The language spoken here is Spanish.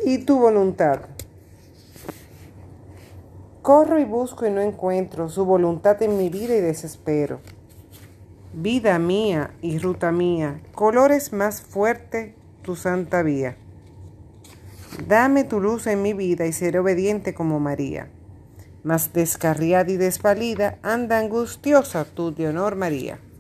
y tu voluntad. Corro y busco y no encuentro su voluntad en mi vida y desespero. Vida mía y ruta mía, colores más fuerte tu santa vía. Dame tu luz en mi vida y seré obediente como María. Mas descarriada y desvalida, anda angustiosa tú de honor María.